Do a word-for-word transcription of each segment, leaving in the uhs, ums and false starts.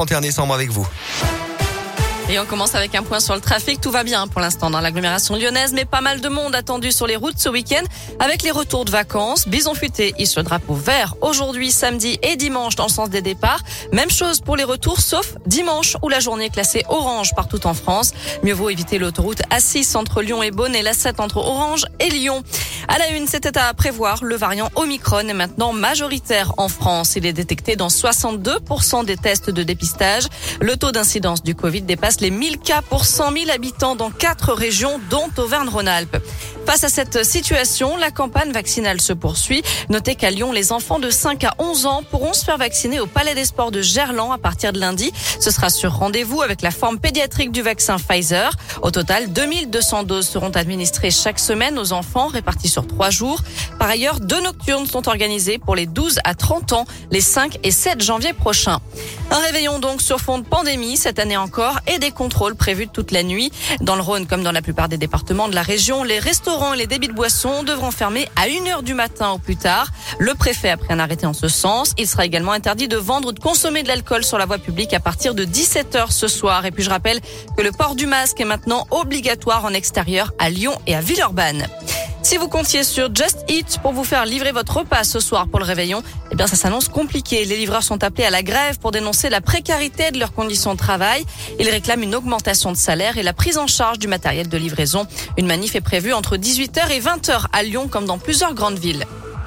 trente et un décembre avec vous. Et on commence avec un point sur le trafic. Tout va bien pour l'instant dans l'agglomération lyonnaise, mais pas mal de monde attendu sur les routes ce week-end avec les retours de vacances. Bison Futé hisse le drapeau vert aujourd'hui, samedi et dimanche dans le sens des départs. Même chose pour les retours, sauf dimanche où la journée est classée orange partout en France. Mieux vaut éviter l'autoroute A six entre Lyon et Beaune et l'A sept entre Orange et Lyon. À la une, c'était à prévoir. Le variant Omicron est maintenant majoritaire en France. Il est détecté dans soixante-deux pour cent des tests de dépistage. Le taux d'incidence du Covid dépasse les mille cas pour cent mille habitants dans quatre régions, dont Auvergne-Rhône-Alpes. Face à cette situation, la campagne vaccinale se poursuit. Notez qu'à Lyon, les enfants de cinq à onze ans pourront se faire vacciner au Palais des Sports de Gerland à partir de lundi. Ce sera sur rendez-vous avec la forme pédiatrique du vaccin Pfizer. Au total, deux mille deux cents doses seront administrées chaque semaine aux enfants réparties sur trois jours. Par ailleurs, deux nocturnes sont organisées pour les douze à trente ans, les cinq et sept janvier prochains. Un réveillon donc sur fond de pandémie cette année encore et des contrôles prévus toute la nuit. Dans le Rhône comme dans la plupart des départements de la région, les restaurants et les débits de boissons devront fermer à une heure du matin au plus tard. Le préfet a pris un arrêté en ce sens. Il sera également interdit de vendre ou de consommer de l'alcool sur la voie publique à partir de dix-sept heures ce soir. Et puis je rappelle que le port du masque est maintenant obligatoire en extérieur à Lyon et à Villeurbanne. Si vous comptiez sur Just Eat pour vous faire livrer votre repas ce soir pour le réveillon, eh bien ça s'annonce compliqué. Les livreurs sont appelés à la grève pour dénoncer la précarité de leurs conditions de travail. Ils réclament une augmentation de salaire et la prise en charge du matériel de livraison. Une manif est prévue entre dix-huit heures et vingt heures à Lyon comme dans plusieurs grandes villes.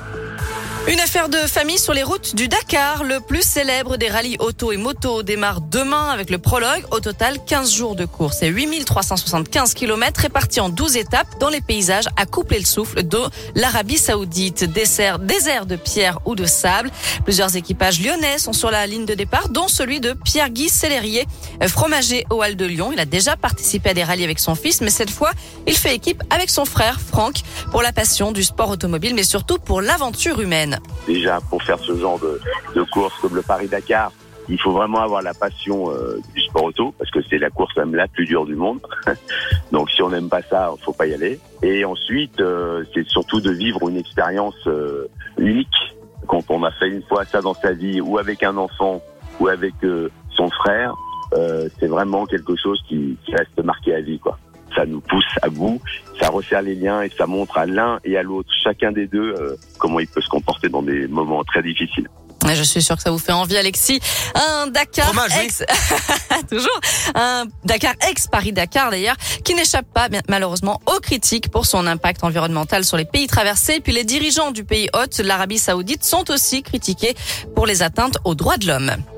Une affaire de famille sur les routes du Dakar. Le plus célèbre des rallyes auto et moto démarre demain avec le prologue. Au total, quinze jours de course et huit mille trois cent soixante-quinze kilomètres répartis en douze étapes dans les paysages à coupler le souffle de l'Arabie Saoudite. Désert, désert de pierre ou de sable. Plusieurs équipages lyonnais sont sur la ligne de départ, dont celui de Pierre-Guy Célérier, fromager au Halles de Lyon. Il a déjà participé à des rallyes avec son fils, mais cette fois, il fait équipe avec son frère Franck pour la passion du sport automobile, mais surtout pour l'aventure humaine. Déjà, pour faire ce genre de, de course comme le Paris-Dakar, il faut vraiment avoir la passion euh, du sport auto, parce que c'est la course même la plus dure du monde. Donc si on n'aime pas ça, faut pas y aller. Et ensuite, euh, c'est surtout de vivre une expérience euh, unique. Quand on a fait une fois ça dans sa vie, ou avec un enfant, ou avec euh, son frère, euh, c'est vraiment quelque chose qui, qui reste marqué à vie, quoi. Ça nous pousse à bout, ça resserre les liens et ça montre à l'un et à l'autre, chacun des deux, euh, comment il peut se comporter dans des moments très difficiles. Je suis sûre que ça vous fait envie, Alexis. Un Dakar Fromage, ex, oui. Toujours un Dakar ex Paris-Dakar d'ailleurs, qui n'échappe pas malheureusement aux critiques pour son impact environnemental sur les pays traversés. Puis les dirigeants du pays hôte, l'Arabie Saoudite, sont aussi critiqués pour les atteintes aux droits de l'homme.